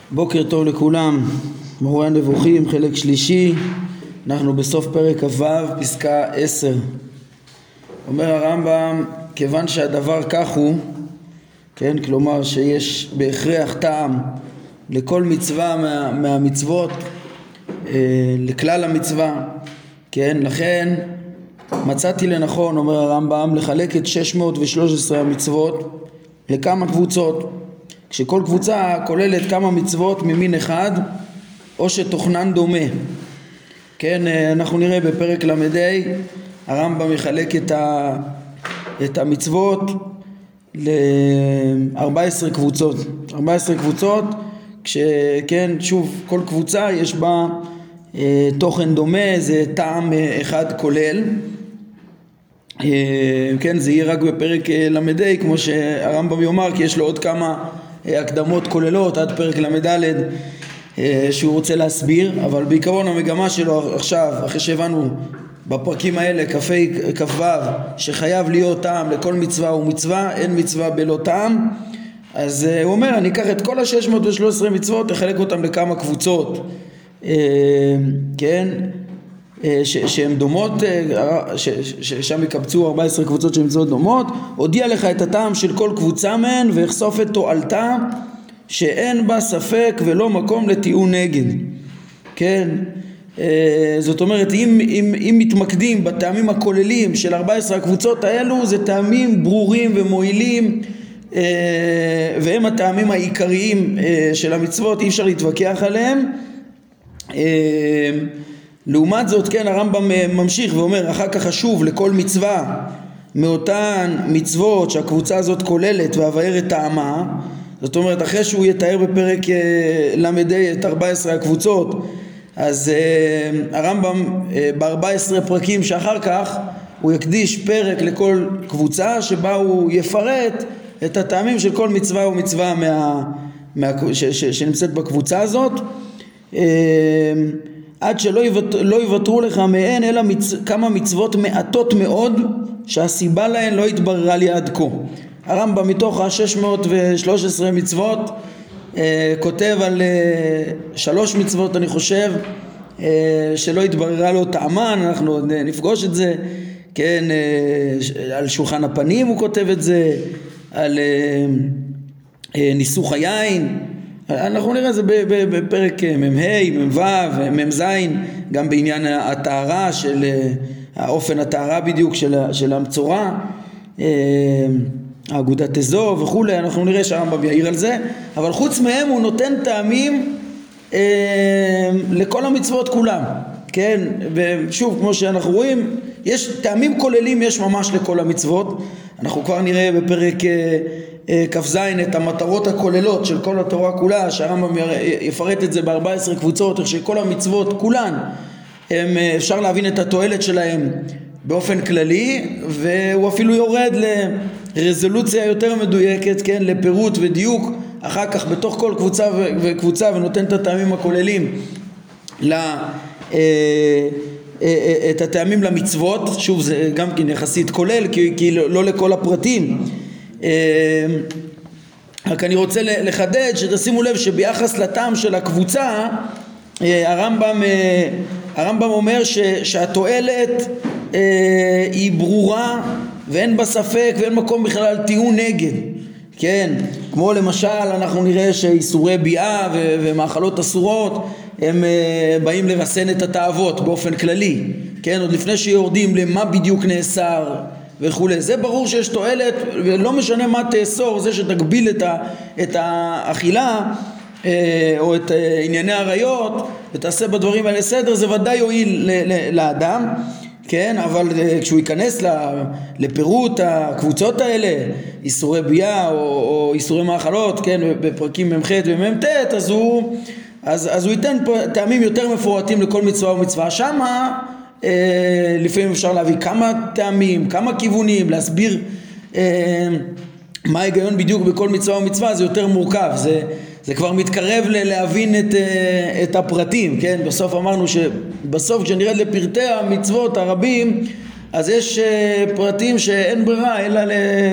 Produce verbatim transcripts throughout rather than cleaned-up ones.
בוקר טוב לכולם, מורה הנבוכים, חלק שלישי. אנחנו בסוף פרק כ"ו, פסקה עשר. אומר הרמב"ם, כיוון שהדבר כך הוא, כן, כלומר שיש בהכרח טעם לכל מצווה מה, מהמצוות, אה, לכלל המצווה, כן, לכן מצאתי לנכון, אומר הרמב"ם, לחלק את שש מאות ושלוש עשרה המצוות לכמה קבוצות, כשכל קבוצה כוללת כמה מצוות ממין אחד או שתוכנן דומה. כן, אנחנו נראה בפרק למדי הרמב"ם מחלק את, ה, את המצוות ל-ארבע עשרה קבוצות. ארבע עשרה קבוצות, כשכן, שוב, כל קבוצה יש בה אה, תוכן דומה, זה טעם אה, אחד כולל. אה, כן, זה יהיה רק בפרק אה, למדי, כמו שהרמב"ם יאמר, כי יש לו עוד כמה הקדמות כוללות עד פרק למדלת שהוא רוצה להסביר, אבל בעיקרון המגמה שלו עכשיו, אחרי שהבנו בפרקים האלה כ"ה כ"ו שחייב להיות טעם לכל מצווה ומצווה, אין מצווה בלא טעם, אז הוא אומר אני אקח את כל ה-שש מאות ושלוש עשרה מצוות, אחלק אותם לכמה קבוצות, כן, שהן דומות, ששם יקבצו ארבע עשרה קבוצות שהן מצוות דומות. הודיע לך את הטעם של כל קבוצה מהן ויחשוף את תועלתה שאין בה ספק ולא מקום לטיעון נגד. כן, זאת אומרת, אם, אם, אם מתמקדים בטעמים הכוללים של ארבע עשרה הקבוצות האלו, זה טעמים ברורים ומועילים, והם הטעמים העיקריים של המצוות, אי אפשר להתווכח עליהם. לעומת זאת, כן, הרמב"ם ממשיך ואומר, אחר כך חשוב לכל מצווה מאותן מצוות שהקבוצה הזאת כוללת והבאר את טעמה. זאת אומרת, אחרי שהוא יתאר בפרק למדי את ארבע עשרה הקבוצות, אז הרמב"ם ב-ארבע עשרה פרקים שאחר כך הוא יקדיש פרק לכל קבוצה שבה הוא יפרט את הטעמים של כל מצווה ומצווה מה, מה, ש, ש, שנמצאת בקבוצה הזאת, עד שלא יוותר, לא יוותרו לך מהן אלא מצ... כמה מצוות מעטות מאוד שהסיבה להן לא התבררה לי עד כה. הרמב"ם מתוך ה-שש מאות ושלוש עשרה מצוות אה, כותב על אה, שלוש מצוות, אני חושב, אה, שלא התבררה לו טעמן. אנחנו נפגוש את זה, כן, אה, על שולחן הפנים הוא כותב את זה, על אה, אה, ניסוך היין. אנחנו נראה זה בפרק מ"ה, מ"ו, מ"ז, גם בעניין הטהרה, של האופן הטהרה בדיוק של, של המצורע, האגודת אזור וכו'. אנחנו נראה שהרמב"ם יעיר על זה, אבל חוץ מהם הוא נותן טעמים לכל המצוות כולם, כן, ושוב, כמו שאנחנו רואים, יש טעמים כוללים, יש ממש לכל המצוות. אנחנו כבר נראה בפרק כ"ז את המטרות הכוללות של כל התורה כולה, שהרמב"ם יפרט את זה ב-ארבע עשרה קבוצות, איך שכל המצוות כולן, הם, אפשר להבין את התועלת שלהם באופן כללי, והוא אפילו יורד לרזולוציה יותר מדויקת, כן, לפירוט ודיוק אחר כך בתוך כל קבוצה וקבוצה, ונותן את הטעמים הכוללים ל... את הטעמים למצוות. שוב, זה גם כן יחסית כולל, כי, כי לא, לא לכל הפרטים. רק אני רוצה לחדד שתשימו לב שביחס לטעם של הקבוצה, הרמב"ם, הרמב"ם אומר ש, שהתועלת היא ברורה ואין בה ספק ואין מקום בכלל טיעון נגד. כן, כמו למשל אנחנו נראה שאיסורי ביאה ו- ומאכלות אסורות הם uh, באים לרסן את התאוות באופן כללי, כן, עוד לפני שיורדים למה בדיוק נאסר וכו'. זה ברור שיש תועלת, ולא משנה מה תאסור, זה שתגביל את, ה- את האכילה uh, או את uh, ענייני עריות ותעשה בדברים האלה סדר, זה ודאי יועיל ל- ל- לאדם, כן, אבל uh, כשהוא ייכנס לפירוט הקבוצות האלה, איסורי ביאה או, או איסורי מאכלות, כן, בפרקים מ"ח ומ"ט, אז הוא אז, אז הוא ייתן טעמים יותר מפורטים לכל מצווה ומצווה. שמה אה, לפעמים אפשר להביא כמה טעמים, כמה כיוונים, להסביר אה, מה ההיגיון בדיוק בכל מצווה ומצווה, זה יותר מורכב, זה, זה כבר מתקרב להבין את, אה, את הפרטים, כן? בסוף אמרנו שבסוף כשנרד לפרטי המצוות הרבים, אז יש פרטים שאין ברירה אלא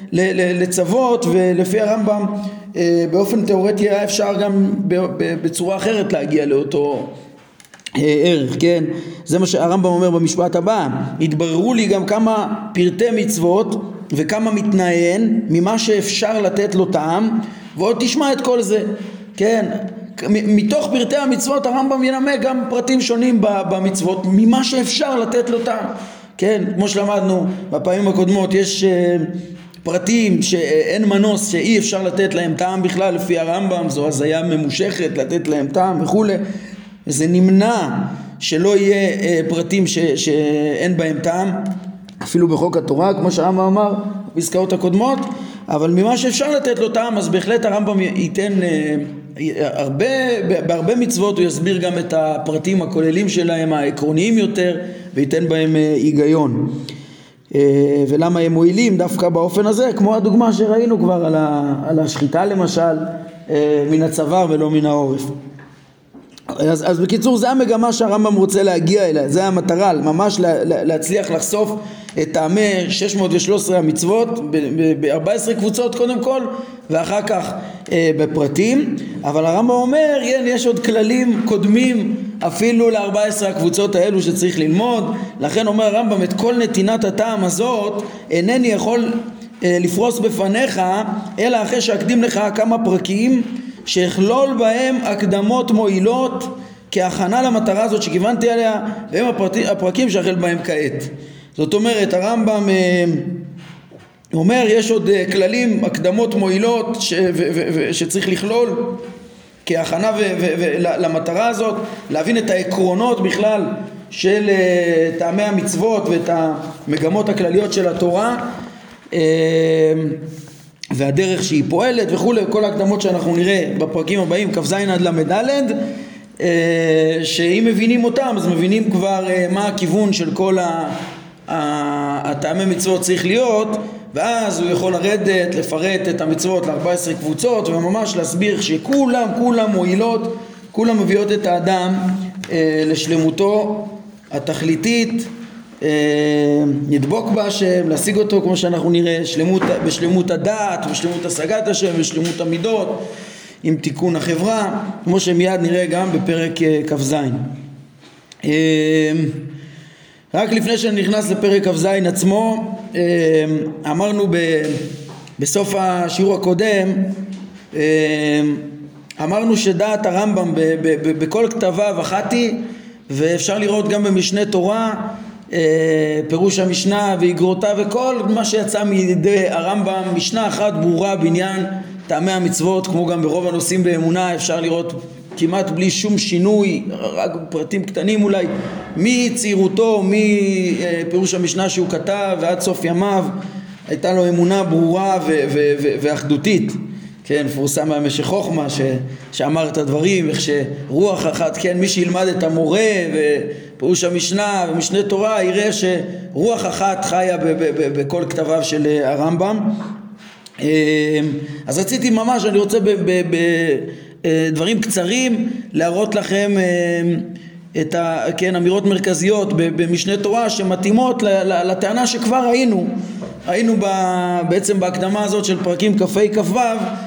לצוות, ולפי הרמב"ם באופן תיאורטי היה אפשר גם בצורה אחרת להגיע לאותו ערך, כן? זה מה שהרמב"ם אומר במשפט הבא: התבררו לי גם כמה פרטי מצוות וכמה מתנהן ממה שאפשר לתת לו טעם, ועוד תשמע את כל זה, כן? מתוך פרטי המצוות הרמב"ם ינמק גם פרטים שונים במצוות ממה שאפשר לתת לו טעם, כן? כמו שלמדנו בפעמים הקודמות, יש פרטים שאין מנוס שאי אפשר לתת להם טעם בכלל לפי הרמב"ם, זו הזיה ממושכת לתת להם טעם וכו'. זה נמנע שלא יהיה פרטים ש, שאין בהם טעם אפילו בחוק התורה, כמו שהרמב"ם אמר בפסקאות הקודמות, אבל ממה שאפשר לתת לו טעם אז בהחלט הרמב"ם ייתן הרבה, בהרבה מצוות הוא יסביר גם את הפרטים הכוללים שלהם, העקרוניים יותר, וייתן בהם היגיון ולמה הם מועילים דווקא באופן הזה, כמו הדוגמה שראינו כבר על, ה, על השחיטה למשל מן הצוואר ולא מן העורף. אז, אז בקיצור זה המגמה שהרמב"ם רוצה להגיע אליה, זה המטרה, ממש לה, לה, להצליח לחשוף את טעמי שש מאות ושלוש עשרה המצוות ב-ארבע עשרה קבוצות קודם כל, ואחר כך אה, בפרטים. אבל הרמב"ם אומר, כן, יש עוד כללים קודמים אפילו ל-ארבע עשרה הקבוצות האלו שצריך ללמוד. לכן אומר הרמב"ם, את כל נתינת הטעם הזאת אינני יכול אה, לפרוס בפניך, אלא אחרי שאקדים לך כמה פרקים שיכלול בהם הקדמות מועילות כהכנה למטרה הזאת שכיוונתי עליה, והם הפרקים, הפרקים שהחל בהם כעת. זאת אומרת, הרמב"ם אומר, יש עוד כללים, הקדמות מועילות ש, ו, ו, ו, שצריך לכלול כהכנה ו, ו, ו, למטרה הזאת, להבין את העקרונות בכלל של טעמי המצוות ואת המגמות הכלליות של התורה, והדרך שהיא פועלת וכו', כל ההקדמות שאנחנו נראה בפרקים הבאים, כ"ז עד למ"ד, שאם מבינים אותם אז מבינים כבר מה הכיוון של כל הטעמי מצוות צריך להיות, ואז הוא יכול לרדת לפרט את המצוות ל-ארבע עשרה קבוצות וממש להסביר שכולם כולם מועילות, כולם מביאות את האדם לשלמותו התכליתית, נדבוק בהשם, להשיג אותו כמו שאנחנו נראה, שלמות, בשלמות הדעת, בשלמות השגת השם, בשלמות המידות, עם תיקון החברה, כמו שמיד נראה גם בפרק כ"ז. רק לפני שנכנס לפרק כ"ז עצמו, אמרנו בסוף השיעור הקודם, אמרנו שדעת הרמב"ם בכל כתביו אחתי, ואפשר לראות גם במשנה תורה, פירוש המשנה ואגרותיו וכל מה שיצא מידי הרמב"ם, משנה אחת ברורה בעניין טעמי המצוות, כמו גם ברוב הנושאים באמונה אפשר לראות כמעט בלי שום שינוי, רק פרטים קטנים אולי, מצעירותו, מפירוש המשנה שהוא כתב ועד סוף ימיו, הייתה לו אמונה ברורה ו- ו- ו- ואחדותית. כן, פורסם מהמשך חוכמה ש- שאמר את הדברים, איך שרוח אחת, כן, מי שילמד את המורה ופירוש המשנה ומשנה תורה יראה שרוח אחת חיה ב- ב- ב- בכל כתביו של הרמב"ם. אז רציתי ממש, אני רוצה בדברים קצרים להראות לכם את ה, כן, אמירות מרכזיות במשנה תורה שמתאימות לטענה שכבר ראינו, ראינו בעצם בהקדמה הזאת של פרקים כ"ה כ"ו,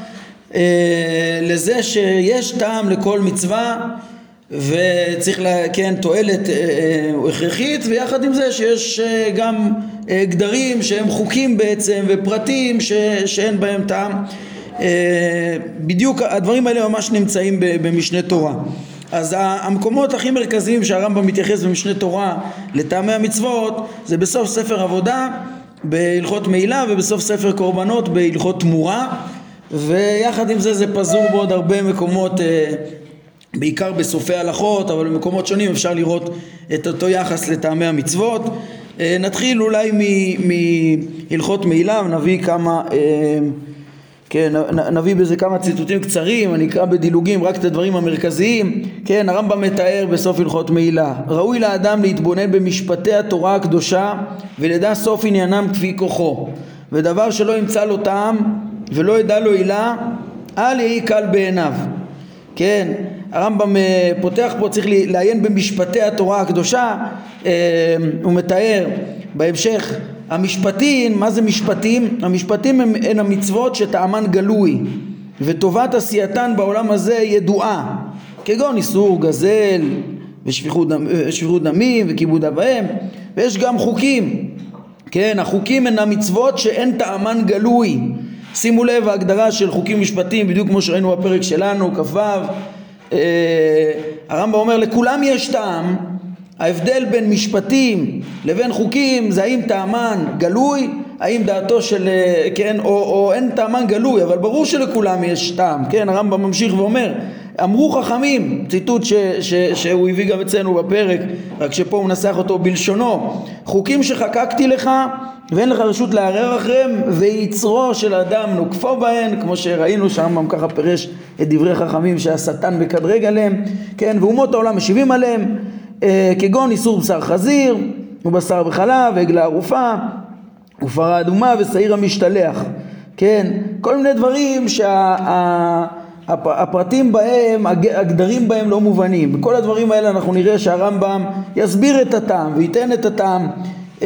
לזה שיש טעם לכל מצווה וצריך לה, כן, תועלת הכרחית, ויחד עם זה שיש גם גדרים שהם חוקים בעצם ופרטים ש, שאין בהם טעם. בדיוק הדברים האלה ממש נמצאים במשנה תורה. אז המקומות הכי מרכזיים שהרמב"ם מתייחס במשנה תורה לטעמי המצוות זה בסוף ספר עבודה בהלכות מעילה, ובסוף ספר קורבנות בהלכות תמורה, ויחד עם זה זה פזור בעוד הרבה מקומות, בעיקר בסופי הלכות, אבל במקומות שונים אפשר לראות את אותו יחס לטעמי המצוות. נתחיל אולי מהלכות מעילה ונביא כמה, כן, נביא בזה כמה ציטוטים קצרים, אני אקרא בדילוגים רק את הדברים המרכזיים. כן, הרמב"ם מתאר בסוף הלכות מעילה: ראוי לאדם להתבונן במשפטי התורה הקדושה ולדע סוף עניינם כפי כוחו, ודבר שלא ימצא לו טעם ולא ידע לו עילה אל יהי קל בעיניו. כן, הרמב"ם פותח פה, צריך לעיין במשפטי התורה הקדושה. הוא מתאר בהמשך המשפטים, מה זה משפטים? המשפטים הם, הם המצוות שטעמן גלוי וטובת עשייתן בעולם הזה ידועה, כגון איסור גזל ושפיכות דם, שפיכות דמים וכיבוד אב ואם. ויש גם חוקים, כן, החוקים הם המצוות שאין טעמן גלוי. שימו לב ההגדרה של חוקים משפטיים בדיוק כמו שראינו בפרק שלנו כ"ו. אה, הרמב"ם אומר לכולם יש טעם. ההבדל בין משפטים לבין חוקים זה האם טעמן גלוי, האם דעתו של, כן, או, או אין טעמן גלוי, אבל ברור שלכולם יש טעם, כן. הרמב"ם ממשיך ואומר אמרו חכמים, ציטוט ש, ש, שהוא הביא גם אצלנו בפרק, רק שפה הוא מנסח אותו בלשונו, חוקים שחקקתי לך ואין לך רשות לערער אחריהם, ויצרו של אדם נוקפו בהן, כמו שראינו שהרמב"ם ככה פירש את דברי חכמים שהשטן מקדרג עליהם, כן, ואומות העולם משיבים עליהם, אה, כגון איסור בשר חזיר ובשר וחלב ועגלה ערופה ופרה אדומה ושעיר המשתלח, כן, כל מיני דברים שהפרטים בהם, הגדרים בהם לא מובנים. בכל הדברים האלה אנחנו נראה שהרמב"ם יסביר את הטעם וייתן את הטעם אה,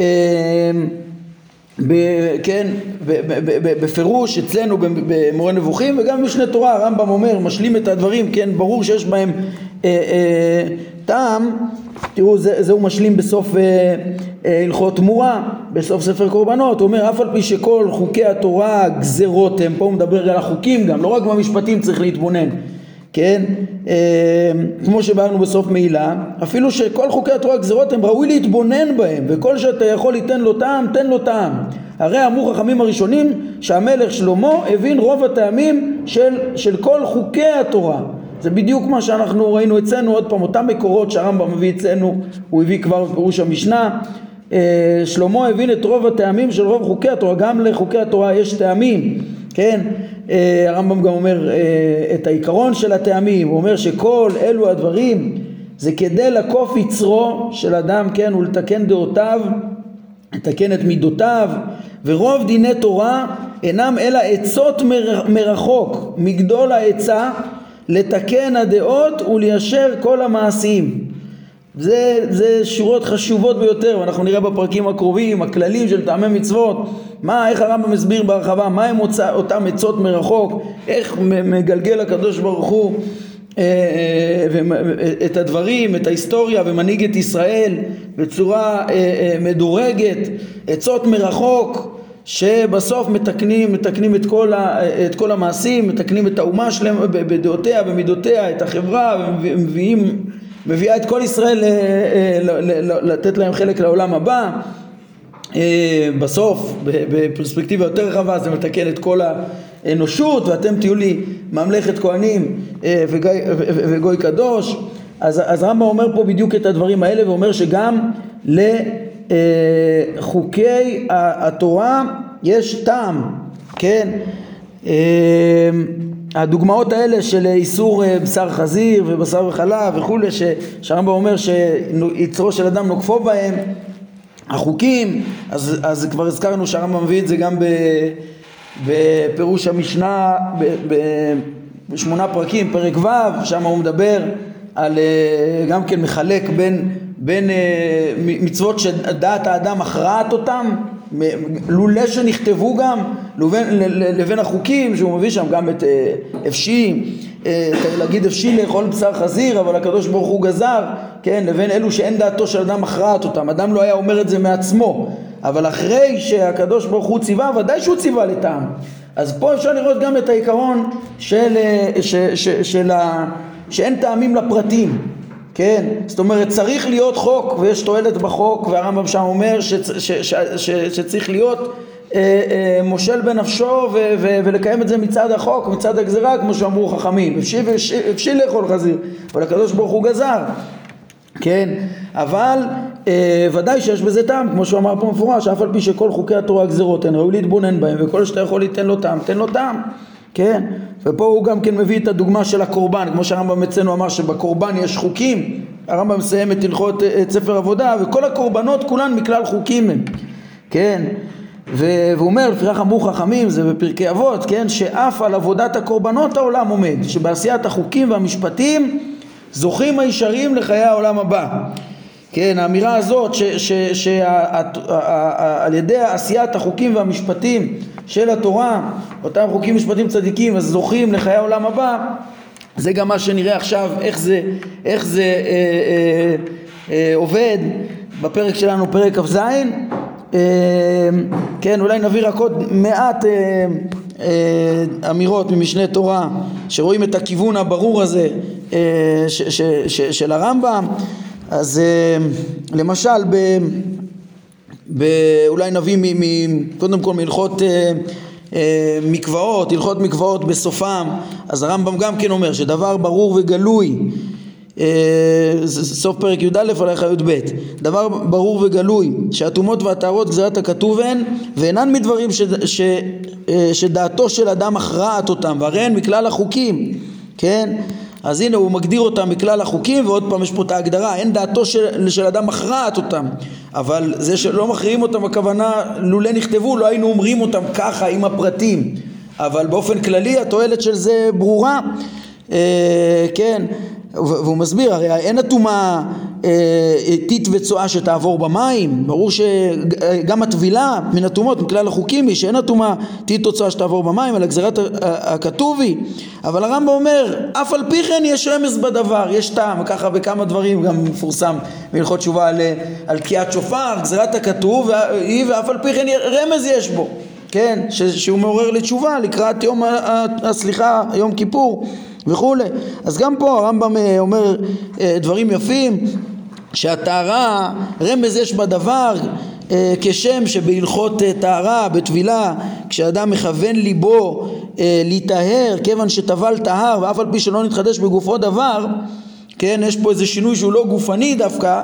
ב, כן, ב, ב, ב, ב, בפירוש אצלנו במורה נבוכים, וגם במשנה תורה הרמב"ם אומר, משלים את הדברים, כן, ברור שיש בהם אה, אה, טעם. תראו, זה, זה הוא משלים בסוף אה, אה, הלכות תמורה, בסוף ספר קורבנות, הוא אומר אף על פי שכל חוקי התורה גזרות הם, פה הוא מדבר על החוקים גם, לא רק במשפטים צריך להתבונן, כן, אה, כמו שבארנו בסוף מעילה, אפילו שכל חוקי התורה גזרות הם ראוי להתבונן בהם, וכל שאתה יכול ליתן לו טעם, תן לו טעם. הרי אמרו חכמים הראשונים שהמלך שלמה הבין רוב הטעמים של, של כל חוקי התורה. זה בדיוק מה שאנחנו ראינו אצלנו, עוד פעם, אותם מקורות שהרמב"ם מביא אצלנו, הוא הביא כבר בפירוש המשנה. שלמה הבין את רוב הטעמים של רוב חוקי התורה, גם לחוקי התורה יש טעמים, כן, הרמב"ם גם אומר את העיקרון של הטעמים, הוא אומר שכל אלו הדברים זה כדי לקוף יצרו של אדם, כן, ולתקן דעותיו, לתקן את מידותיו, ורוב דיני תורה אינם אלא עצות מרחוק מגדול העצה לתקן הדעות וליישר כל המעשים. זה, זה שורות חשובות ביותר, ואנחנו נראה בפרקים הקרובים הכללים של טעמי מצוות, מה, איך הרמב"ם מסביר בהרחבה, מה הם אותם עצות מרחוק, איך מגלגל הקדוש ברוך הוא אה, אה, את הדברים, את ההיסטוריה, ומנהיג את ישראל בצורה אה, אה, מדורגת, עצות מרחוק, שבסוף מתקנים, מתקנים את כל, ה, את כל המעשים, מתקנים את האומה שלהם בדעותיה, במידותיה, את החברה, ומביאים, מביאה את כל ישראל לתת להם חלק לעולם הבא. בסוף, בפרספקטיבה יותר רחבה, זה מתקן את כל האנושות, ואתם תהיו לי ממלכת כהנים וגוי, וגוי קדוש. אז, אז רמב"ם אומר פה בדיוק את הדברים האלה, ואומר שגם לחוקי התורה יש טעם, כן? הדוגמאות האלה של איסור בשר חזיר ובשר וחלב וכו', שהרמב"ם אומר שיצרו של אדם נוקפו בהם, החוקים, אז, אז כבר הזכרנו שהרמב"ם מביא את זה גם בפירוש המשנה בשמונה פרקים, פרק ו', שם הוא מדבר על, גם כן מחלק בין, בין מצוות שדעת האדם הכרעת אותם, לולא שנכתבו גם, לבין, לבין החוקים שהוא מביא שם גם את אפשי, להגיד אפשי לאכול בשר חזיר אבל הקדוש ברוך הוא גזר, כן, לבין אלו שאין דעתו של אדם הכרעת אותם. אדם לא היה אומר את זה מעצמו, אבל אחרי שהקדוש ברוך הוא ציווה, ודאי שהוא ציווה לטעם. אז פה אפשר לראות גם את העיקרון של, ש, ש, של ה, שאין טעמים לפרטים, כן, זאת אומרת צריך להיות חוק ויש תועלת בחוק, והרמב"ם שם אומר ש, ש, ש, ש, שצריך להיות אה, אה, מושל בנפשו ו, ו, ולקיים את זה מצד החוק, מצד הגזרה, כמו שאמרו חכמים, אפשי לאכול חזיר, אבל הקדוש ברוך הוא גזר, כן, אבל אה, ודאי שיש בזה טעם, כמו שהוא אמר פה מפורש, אף על פי שכל חוקי התורה הגזרות הן ראוי להתבונן בהם, וכל שאתה יכול ליתן לו טעם, תן לו טעם, כן, ופה הוא גם כן מביא את הדוגמה של הקורבן, כמו שהרמב"ם אצלנו אמר שבקורבן יש חוקים, הרמב"ם מסיים את הלכות את ספר עבודה, וכל הקורבנות כולן מכלל חוקים הם, כן, והוא אומר, לפיכך אמרו חכמים, זה בפרקי אבות, כן, שאף על עבודת הקורבנות העולם עומד, שבעשיית החוקים והמשפטים זוכים הישרים לחיי העולם הבא, כן, האמירה הזאת שעל ידי עשיית החוקים והמשפטים של התורה, אותם חוקים משפטים צדיקים, אז זוכים לחיי העולם הבא, זה גם מה שנראה עכשיו, איך זה, איך זה אה, אה, אה, עובד בפרק שלנו, פרק כ"ז. אה, כן, אולי נביא רק עוד מעט אה, אה, אמירות ממשנה תורה שרואים את הכיוון הברור הזה אה, ש, ש, ש, של הרמב"ם. אז uh, למשל ב, ב, אולי נביא מ, מ, קודם כל מהלכות uh, uh, מקוואות, הלכות מקוואות בסופם. אז הרמב"ם גם כן אומר שדבר ברור וגלוי, uh, סוף פרק י"א הלכה י"ב, דבר ברור וגלוי שהטומאות והטהרות גזירת הכתוב הן ואינן מדברים ש, ש, uh, שדעתו של אדם הכרעת אותם, והרי הן מכלל החוקים, כן? אז הנה הוא מגדיר אותם מכלל החוקים, ועוד פעם יש פה את ההגדרה, אין דעתו של, של אדם מכרעת אותם, אבל זה שלא מכריעים אותם הכוונה, לולא נכתבו לא היינו אומרים אותם ככה עם הפרטים, אבל באופן כללי התועלת של זה ברורה. אה, כן, והוא מסביר, הרי אין הטומאה טיט וצואה שתעבור במים, ברור שגם הטבילה מן הטומאות מכלל החוקים היא שאין הטומאה טיט או צואה שתעבור במים, אלא גזירת הכתוב היא. אבל הרמב"ם אומר אף על פי כן יש רמז בדבר, יש טעם, ככה בכמה דברים גם מפורסם בהלכות תשובה על, על תקיעת שופר, גזירת הכתוב היא, ואף על פי כן רמז יש בו, כן, ש, שהוא מעורר לתשובה לקראת יום הסליחה, יום כיפור וכולי. אז גם פה הרמב"ם אומר דברים יפים, שהטהרה רמז יש בדבר, כשם שבהלכות טהרה בטבילה כשאדם מכוון ליבו להיטהר כיוון שטבל טהר ואף על פי שלא נתחדש בגופו דבר, כן, יש פה איזה שינוי שהוא לא גופני דווקא,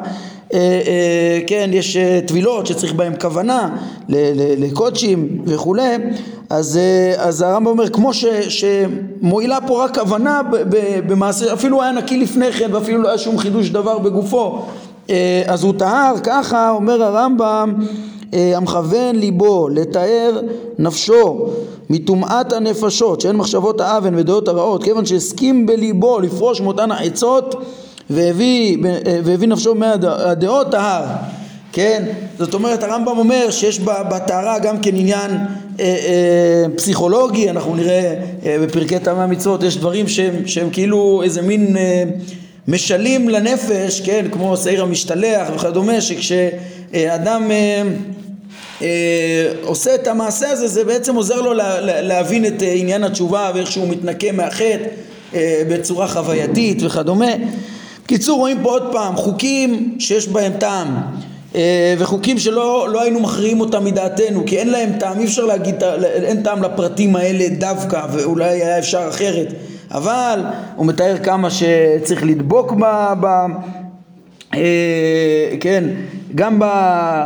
כן, יש טבילות שצריך בהם כוונה לקודשים וכולי. אז, אז הרמב"ם אומר כמו ש, שמועילה פה רק כוונה במעשה, אפילו היה נקי לפני כן ואפילו לא היה שום חידוש דבר בגופו, אז הוא טהר. ככה אומר הרמב"ם, המכוון ליבו לטהר נפשו מטומאת הנפשות שאין מחשבות האוון ודעות הרעות, כיוון שהסכים בליבו לפרוש מאותן העצות והביא, והביא נפשו מהדעות טהר. כן, זאת אומרת הרמב"ם אומר שיש בטהרה גם כן עניין אה, אה, פסיכולוגי. אנחנו נראה אה, בפרקי טעמי המצוות יש דברים שהם, שהם כאילו איזה מין אה, משלים לנפש, כן, כמו שעיר המשתלח וכדומה, שכשאדם אה, אה, עושה את המעשה הזה זה בעצם עוזר לו לה, לה, להבין את אה, עניין התשובה ואיך שהוא מתנקה מהחטא אה, בצורה חווייתית וכדומה. בקיצור, רואים פה עוד פעם חוקים שיש בהם טעם וחוקים שלא לא היינו מכריעים אותם מדעתנו כי אין להם טעם, אי אפשר להגיד, אין טעם לפרטים האלה דווקא, ואולי היה אפשר אחרת, אבל הוא מתאר כמה שצריך לדבוק ב, ב אה, כן, גם ב,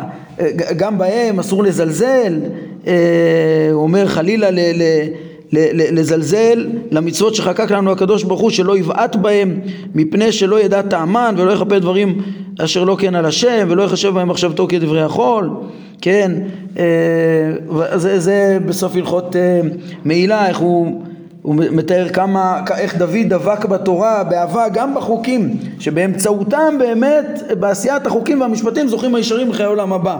גם בהם אסור לזלזל. אה, הוא אומר חלילה ל, ל לזלזל למצוות שחקק לנו הקדוש ברוך הוא, שלא יבעט בהם מפני שלא ידע טעמן ולא יחפה דברים אשר לא כן על השם ולא יחשב בהם מחשבתו כדברי החול. כן, זה, זה בסוף הלכות מעילה, איך הוא, הוא מתאר כמה, איך דוד דבק בתורה באהבה גם בחוקים שבאמצעותם באמת בעשיית החוקים והמשפטים זוכים הישרים לחיי העולם הבא.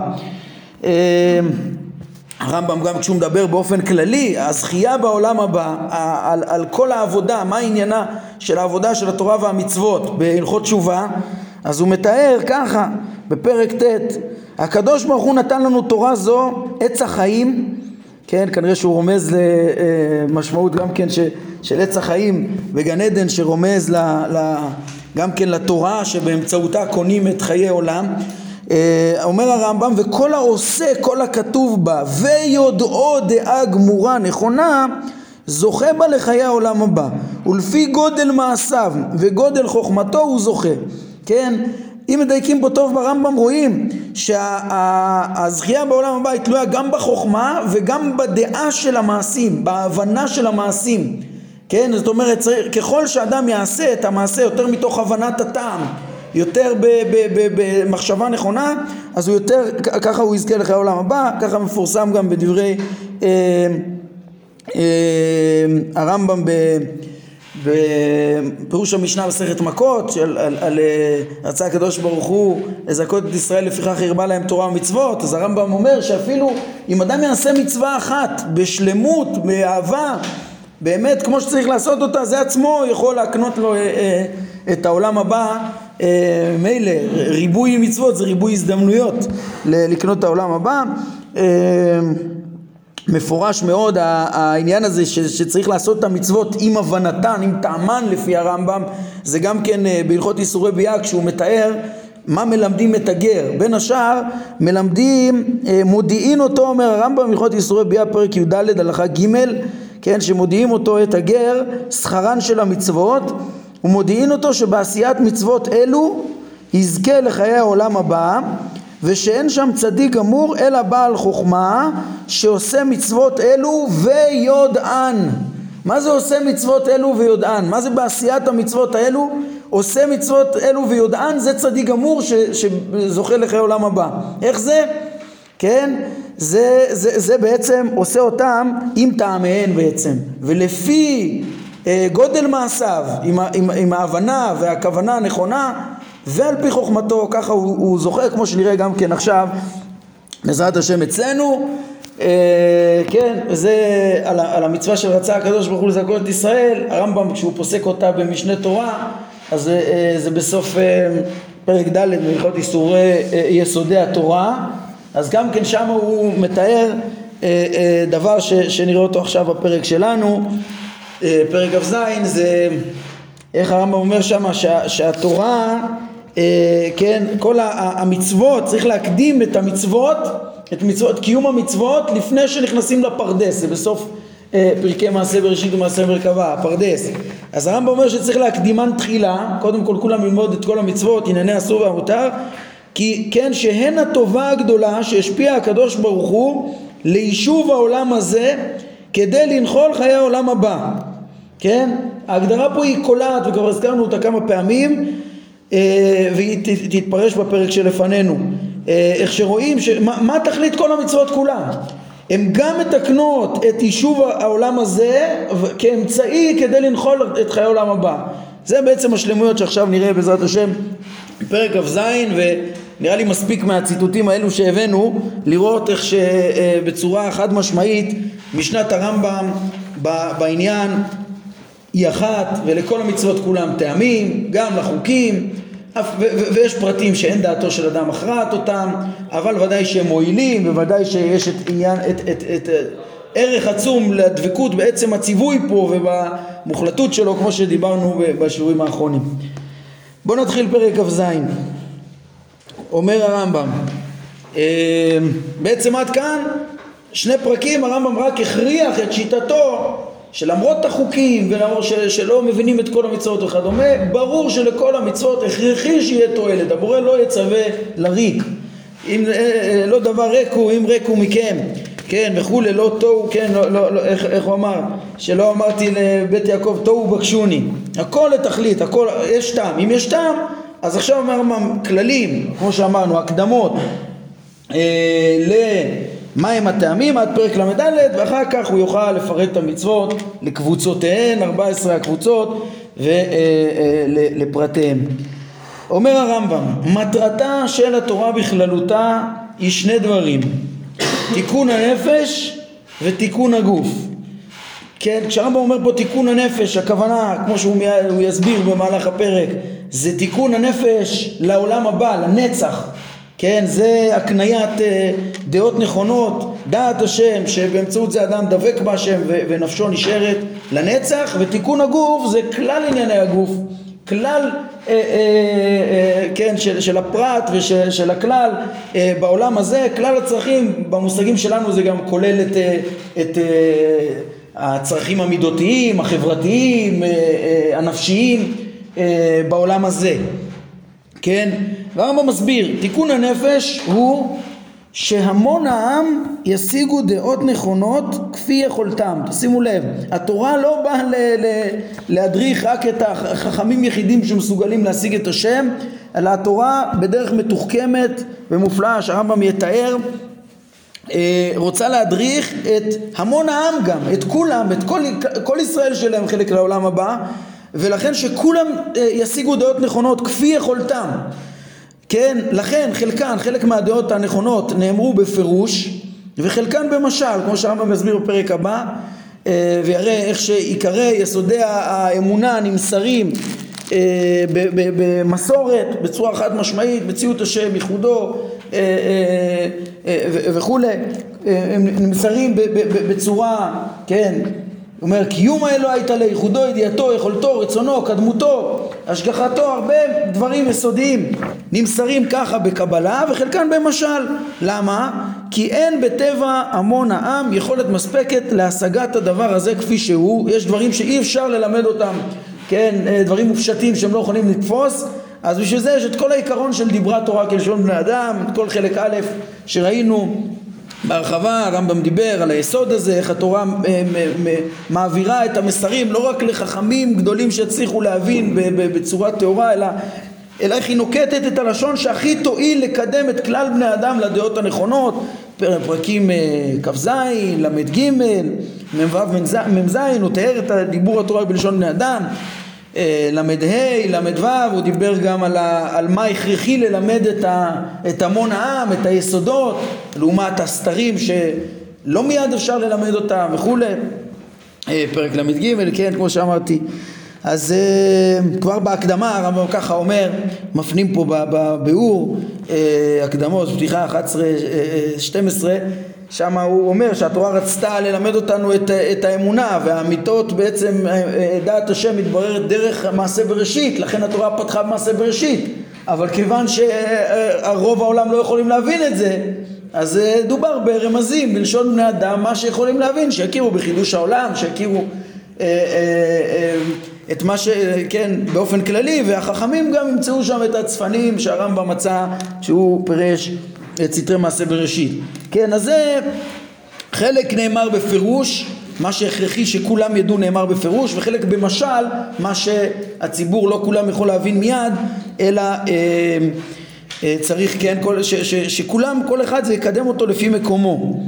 הרמב"ם גם כשהוא מדבר באופן כללי, הזכייה בעולם הבא, על, על כל העבודה, מה עניינה של העבודה של התורה והמצוות בהלכות תשובה, אז הוא מתאר ככה בפרק ט', הקדוש ברוך הוא נתן לנו תורה זו עץ החיים, כן, כנראה שהוא רומז למשמעות גם כן ש, של עץ החיים בגן עדן, שרומז ל, ל, גם כן לתורה שבאמצעותה קונים את חיי עולם. אומר הרמב"ם, וכל העושה כל הכתוב בה ויודעו דעה גמורה נכונה זוכה בה לחיי העולם הבא, ולפי גודל מעשיו וגודל חוכמתו הוא זוכה. כן, אם מדייקים פה טוב ברמב"ם רואים שהזכייה בעולם הבא היא תלויה גם בחוכמה וגם בדעה של המעשים, בהבנה של המעשים. כן, זאת אומרת ככל שאדם יעשה את המעשה יותר מתוך הבנת הטעם, יותר במחשבה נכונה, אז הוא יותר, ככה הוא יזכה לחיי העולם הבא. ככה מפורסם גם בדברי אה, אה, הרמב"ם ב, בפירוש המשנה מסכת מכות של על, על, רצה הקדוש ברוך הוא לזכות את ישראל לפיכך הרבה להם תורה ומצוות. אז הרמב"ם אומר שאפילו אם אדם יעשה מצווה אחת בשלמות, באהבה, באמת כמו שצריך לעשות אותה, זה עצמו יכול להקנות לו אה, אה, את העולם הבא. אה, מילא ריבוי מצוות זה ריבוי הזדמנויות לקנות את העולם הבא. אה, מפורש מאוד העניין הזה שצריך לעשות את המצוות עם הבנתן, עם טעמן לפי הרמב"ם. זה גם כן בהלכות איסורי ביאה כשהוא מתאר מה מלמדים את הגר. בין השאר מלמדים, מודיעין אותו, אומר הרמב"ם בהלכות איסורי ביאה פרק י"ד הלכה ג', כן, שמודיעים אותו את הגר שכרן של המצוות, ומודיעין אותו שבעשיית מצוות אלו יזכה לחיי העולם הבא, ושאין שם צדיק גמור אלא בעל חוכמה שעושה מצוות אלו ויודען. מה זה עושה מצוות אלו ויודען? מה זה בעשיית המצוות האלו? עושה מצוות אלו ויודען, זה צדיק גמור ש, שזוכה לחיי עולם הבא. איך זה? כן? זה, זה, זה בעצם עושה אותם עם טעמיהן בעצם, ולפי אה, גודל מעשיו, עם, עם, עם ההבנה והכוונה הנכונה ועל פי חוכמתו, ככה הוא, הוא זוכה, כמו שנראה גם כן עכשיו בעזרת השם אצלנו. אה, כן, זה על, על המצווה של רצה הקדוש ברוך הוא לזכות את ישראל. הרמב"ם כשהוא פוסק אותה במשנה תורה, אז אה, זה בסוף אה, פרק ד' בהלכות איסורי אה, יסודי התורה. אז גם כן שם הוא מתאר אה, אה, דבר ש, שנראה אותו עכשיו בפרק שלנו, אה, פרק כ"ז. זה איך הרמב"ם אומר שם שה, שהתורה, אה, כן, כל המצוות, צריך להקדים את המצוות, את מצוות, קיום המצוות לפני שנכנסים לפרדס. זה בסוף אה, פרקי מעשה בראשית ומעשה מרכבה, הפרדס. אז הרמב"ם אומר שצריך להקדימן תחילה, קודם כל כולם ללמוד את כל המצוות, ענייני אסור והמותר, כי כן שהן הטובה הגדולה שהשפיע הקדוש ברוך הוא ליישוב העולם הזה כדי לנחול חיי העולם הבא. כן? ההגדרה פה היא קולעת וכבר הזכרנו אותה כמה פעמים, והיא תתפרש בפרק שלפנינו. איך שרואים ש... מה, מה תכלית כל המצוות כולם? הם גם מתקנות את יישוב העולם הזה כאמצעי כדי לנחול את חיי העולם הבא. זה בעצם השלמויות שעכשיו נראה בעזרת השם פרק כ"ז, ונראה לי מספיק מהציטוטים האלו שהבאנו לראות איך שבצורה חד משמעית משנת הרמב"ם בעניין היא אחת, ולכל המצוות כולם טעמים, גם לחוקים, ויש פרטים שאין דעתו של אדם הכרעת אותם, אבל ודאי שהם מועילים, וודאי שיש את עניין, את, את, את, את ערך עצום לדבקות בעצם הציווי פה ובמוחלטות שלו, כמו שדיברנו בשיעורים האחרונים. בואו נתחיל פרק כ"ז. אומר הרמב"ם, בעצם עד כאן שני פרקים הרמב"ם רק הכריח את שיטתו שלמרות החוקים ולמרות שלא מבינים את כל המצוות וכדומה, ברור שלכל המצוות הכרחי שיהיה תועלת. הבורא לא יצווה לריק, אם לא דבר ריקו, אם ריקו מכם, כן, וכו', לא תוהו, כן, לא, לא, לא, איך, איך הוא אמר? שלא אמרתי לבית יעקב תוהו בקשוני. הכל לתכלית, הכל, יש טעם. אם יש טעם, אז עכשיו אמרנו כללים, כמו שאמרנו, הקדמות אה, למה הם הטעמים עד פרק למד, ואחר כך הוא יוכל לפרט את המצוות לקבוצותיהן, ארבע עשרה הקבוצות, ולפרטיהם. אומר הרמב"ם, מטרתה של התורה בכללותה היא שני דברים, תיקון הנפש ותיקון הגוף. כן, כשהרמב"ם אומר פה תיקון הנפש, הכוונה, כמו שהוא יסביר במהלך הפרק, זה תיקון הנפש לעולם הבא, לנצח. כן, זה הקניית דעות נכונות, דעת השם, שבאמצעות זה אדם דבק בהשם ונפשו נשארת לנצח. ותיקון הגוף זה כלל ענייני הגוף, כלל אה, אה, אה, כן, של, של הפרט ושל של הכלל אה, בעולם הזה, כלל הצרכים במושגים שלנו זה גם כולל את, אה, את אה, הצרכים המידותיים, החברתיים, אה, אה, הנפשיים אה, בעולם הזה. כן, והרמב"ם מסביר, תיקון הנפש הוא שהמון העם ישיגו דעות נכונות כפי יכולתם. תשימו לב, התורה לא באה ל- ל- להדריך רק את החכמים יחידים שמסוגלים להשיג את השם, אלא התורה בדרך מתוחכמת ומופלאה שהרמב"ם יתאר רוצה להדריך את המון העם גם, את כולם, את כל, כל ישראל שלהם חלק לעולם הבא, ולכן שכולם ישיגו דעות נכונות כפי יכולתם. כן, לכן חלקן, חלק מהדעות הנכונות נאמרו בפירוש, וחלקן במשל, כמו שהרמב"ם מסביר בפרק הבא, ויראה איך שעיקרי יסודי האמונה נמסרים במסורת, בצורה חד משמעית, מציאות השם, ייחודו וכו', הם נמסרים בצורה, כן, הוא אומר, קיום האלוה הייתה לייחודו, ידיעתו, יכולתו, רצונו, קדמותו, השגחתו, הרבה דברים יסודיים נמסרים ככה בקבלה, וחלקן במשל. למה? כי אין בטבע המון העם יכולת מספקת להשגת הדבר הזה כפי שהוא. יש דברים שאי אפשר ללמד אותם, כן, דברים מופשטים שהם לא יכולים לתפוס, אז בשביל זה יש את כל העיקרון של דיברה תורה כלשון בני אדם, את כל חלק א' שראינו בהרחבה. הרמב"ם דיבר על היסוד הזה, איך התורה מעבירה את המסרים לא רק לחכמים גדולים שהצליחו להבין בצורה תאורה, אלא, אלא איך היא נוקטת את הלשון שהכי תועיל לקדם את כלל בני אדם לדעות הנכונות. פרקים כ"ז, למד ג', מ"ו מ"ז, הוא תיאר את דיבור התורה בלשון בני אדם. למד ה', למד ו', הוא דיבר גם על, ה, על מה הכרחי ללמד את, ה, את המון העם, את היסודות, לעומת הסתרים שלא מיד אפשר ללמד אותם וכו'. פרק למד ג', כן, כמו שאמרתי. אז כבר בהקדמה הרמב"ם ככה אומר, מפנים פה בביאור, הקדמות, פתיחה אחת עשרה שתים עשרה, שם הוא אומר שהתורה רצתה ללמד אותנו את, את האמונה, והאמיתות בעצם דעת השם מתבררת דרך מעשה בראשית, לכן התורה פתחה במעשה בראשית, אבל כיוון שהרוב העולם לא יכולים להבין את זה, אז דובר ברמזים, בלשון בני אדם, מה שיכולים להבין, שיכירו בחידוש העולם, שיכירו אה, אה, אה, את מה ש... כן, באופן כללי, והחכמים גם ימצאו שם את הצפנים שהרמב"ם מצא שהוא פירש את סתרי מעשה בראשית. כן, אז זה חלק נאמר בפירוש, מה שהכרחי שכולם ידעו נאמר בפירוש, וחלק במשל, מה שהציבור לא כולם יכול להבין מיד, אלא אה, אה, צריך, כן, כל, ש, ש, שכולם, כל אחד זה יקדם אותו לפי מקומו.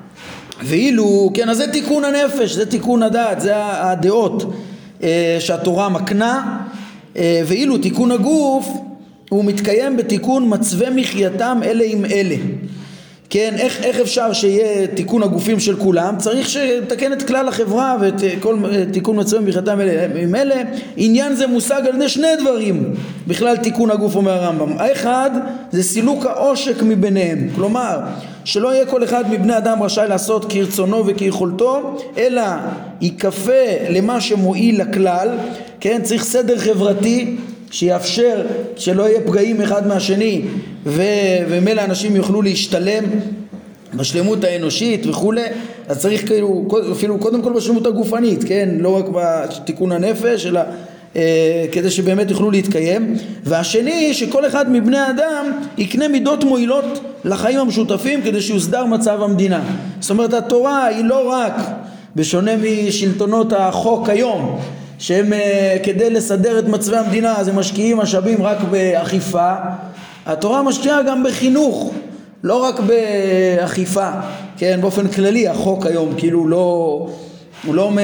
ואילו, כן, אז זה תיקון הנפש, זה תיקון הדעת, זה הדעות אה, שהתורה מקנה, אה, ואילו תיקון הגוף, הוא מתקיים בתיקון מצווה מחייתם אלה עם אלה. כן, איך, איך אפשר שיהיה תיקון הגופים של כולם? צריך שתקן את כלל החברה ואת כל תיקון מצווה מחייתם אלה עם אלה. עניין זה מושג על ידי שני דברים. בכלל תיקון הגוף אומר הרמב"ם. האחד זה סילוק העושק מביניהם. כלומר, שלא יהיה כל אחד מבני אדם רשאי לעשות כרצונו וכיכולתו, אלא יקפה למה שמועיל לכלל. כן, צריך סדר חברתי שיאפשר שלא יהיה פגעים אחד מהשני, ומילא אנשים יוכלו להשתלם בשלמות האנושית וכו'. אז צריך כאילו, אפילו קודם כל בשלמות הגופנית, כן, לא רק בתיקון הנפש, אלא אה, כדי שבאמת יוכלו להתקיים. והשני, שכל אחד מבני האדם יקנה מידות מועילות לחיים המשותפים כדי שיוסדר מצב המדינה. זאת אומרת, התורה היא לא רק, בשונה משלטונות החוק היום, שהם כדי לסדר את מצבי המדינה אז הם משקיעים משאבים רק באכיפה. התורה משקיעה גם בחינוך, לא רק באכיפה, כן, באופן כללי החוק היום כאילו לא, הוא לא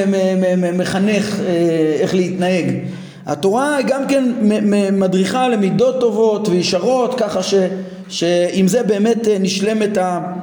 מחנך איך להתנהג. התורה גם כן מדריכה למידות טובות וישרות, ככה ש, שעם זה באמת נשלם את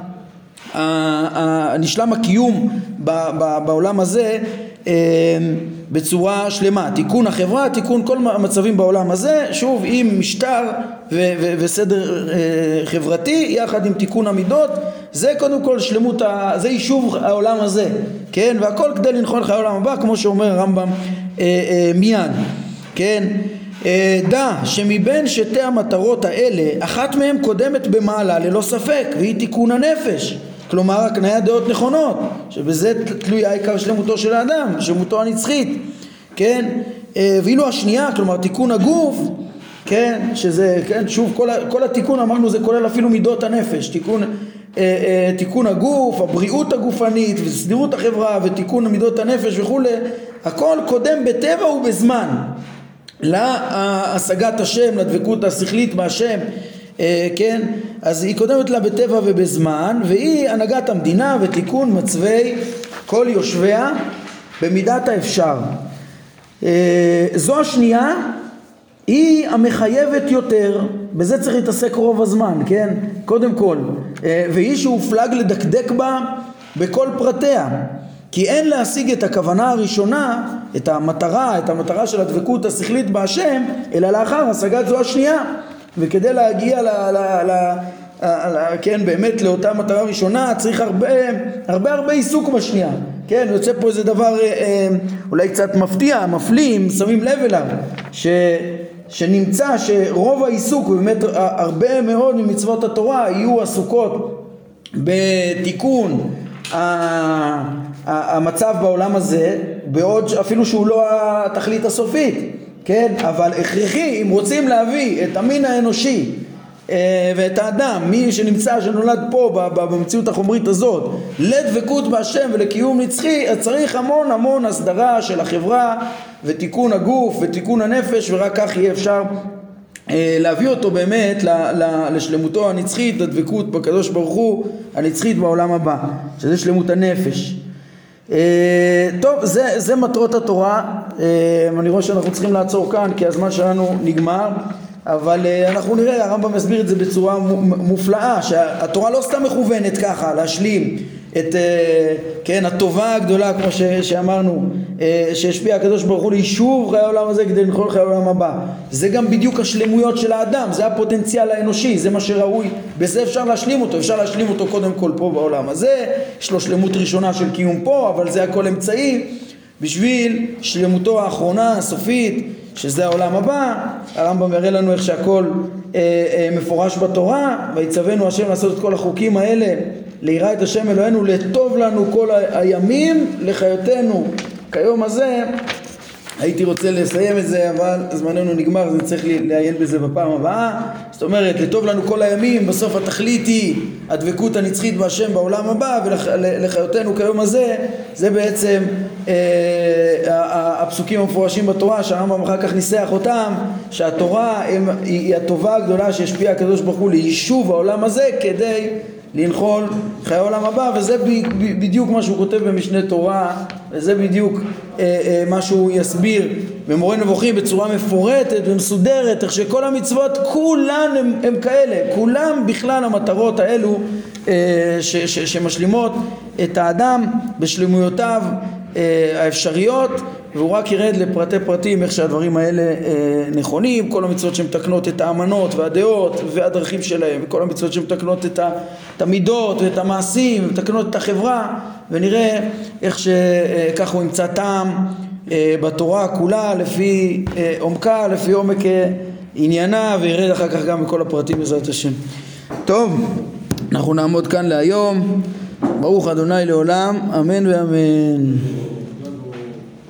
ה, נשלם הקיום בעולם הזה בצורה שלמה. תיקון החברה, תיקון כל המצבים בעולם הזה, שוב עם משטר ו- ו- וסדר uh, חברתי יחד עם תיקון המידות. זה קודם כל שלמות, ה- זה יישוב העולם הזה, כן, והכל כדי לנחול חיי העולם הבא, כמו שאומר הרמב"ם uh, uh, מיד. כן, uh, דע שמבין שתי המטרות האלה אחת מהן קודמת במעלה ללא ספק, והיא תיקון הנפש, כלומר הקניית דעות נכונות, שבזה תלוי העיקר שלמותו של האדם, שלמותו הנצחית, כן, ואילו השנייה, כלומר תיקון הגוף, כן, שזה, כן, שוב, כל, כל התיקון אמרנו זה כולל אפילו מידות הנפש, תיקון, אה, אה, תיקון הגוף, הבריאות הגופנית וסדירות החברה ותיקון מידות הנפש וכו', הכל קודם בטבע ובזמן להשגת השם, לדבקות השכלית בהשם, כן, אז היא קודמת לה בטבע ובזמן, והיא הנהגת המדינה ותיקון מצבי כל יושביה במידת האפשר. זו השנייה, היא המחייבת יותר, בזה צריך להתעסק רוב הזמן, כן? קודם כל, והיא שהופלג לדקדק בה בכל פרטיה, כי אין להשיג את הכוונה הראשונה, את המטרה, את המטרה של הדבקות השכלית בהשם, אלא לאחר השגת זו השנייה, וכדי להגיע ל... ל, ל כן, באמת לאותה מטרה ראשונה צריך הרבה הרבה הרבה עיסוק בשנייה. כן, יוצא פה איזה דבר אולי קצת מפתיע, מפלים, שמים לב אליו, ש, שנמצא שרוב העיסוק, באמת הרבה מאוד ממצוות התורה יהיו עסוקות בתיקון המצב בעולם הזה, בעוד אפילו שהוא לא התכלית הסופית, כן, אבל הכרחי אם רוצים להביא את המין האנושי ואת האדם, מי שנמצא, שנולד פה במציאות החומרית הזאת, לדבקות בהשם ולקיום נצחי, אז צריך המון המון הסדרה של החברה ותיקון הגוף ותיקון הנפש, ורק כך יהיה אפשר להביא אותו באמת לשלמותו הנצחית, לדבקות בקדוש ברוך הוא הנצחית בעולם הבא, שזה שלמות הנפש. טוב, זה, זה מטרות התורה. אני רואה שאנחנו צריכים לעצור כאן כי הזמן שלנו נגמר, אבל אנחנו נראה, הרמב"ם מסביר את זה בצורה מופלאה, שהתורה לא סתם מכוונת ככה להשלים את, כן, הטובה הגדולה, כמו ש, שאמרנו, שהשפיע הקדוש ברוך הוא ליישוב חיי העולם הזה כדי לנחול חיי העולם הבא. זה גם בדיוק השלמויות של האדם, זה הפוטנציאל האנושי, זה מה שראוי, בזה אפשר להשלים אותו, אפשר להשלים אותו קודם כל פה בעולם הזה, יש לו שלמות ראשונה של קיום פה, אבל זה הכל אמצעי בשביל שלמותו האחרונה, הסופית, שזה העולם הבא. הרמב"ם יראה לנו איך שהכל אה, אה, מפורש בתורה, ויצוונו השם לעשות את כל החוקים האלה, ליראה את השם אלוהינו, לטוב לנו כל הימים, לחיותנו כיום הזה. הייתי רוצה לסיים את זה, אבל זמננו נגמר, אז צריך לעיין בזה בפעם הבאה. זאת אומרת, לטוב לנו כל הימים, בסוף התכלית היא הדבקות הנצחית בהשם בעולם הבא, ולחיותנו כיום הזה, זה בעצם אה, הפסוקים המפורשים בתורה, שהרמב"ם אחר כך ניסח אותם, שהתורה הם, היא, היא הטובה הגדולה שהשפיעה הקדוש ברוך הוא ליישוב העולם הזה, כדי לנחול חיי העולם הבא, וזה בדיוק מה שהוא כותב במשנה תורה, וזה בדיוק אה, אה, מה שהוא יסביר במורה נבוכים בצורה מפורטת ומסודרת, איך שכל המצוות כולן הם, הם כאלה, כולם בכלל המטרות האלו אה, ש, ש, שמשלימות את האדם בשלמויותיו אה, האפשריות, והוא רק ירד לפרטי פרטים איך שהדברים האלה אה, נכונים, כל המצוות שמתקנות את האמנות והדעות והדרכים שלהם, וכל המצוות שמתקנות את, ה, את המידות ואת המעשים, ומתקנות את החברה, ונראה איך שכך הוא ימצא טעם אה, בתורה כולה, לפי אה, עומקה, לפי עומק אה, עניינה, וירד אחר כך גם בכל הפרטים בעזרת השם. טוב, אנחנו נעמוד כאן להיום. ברוך אדוני לעולם, אמן ואמן.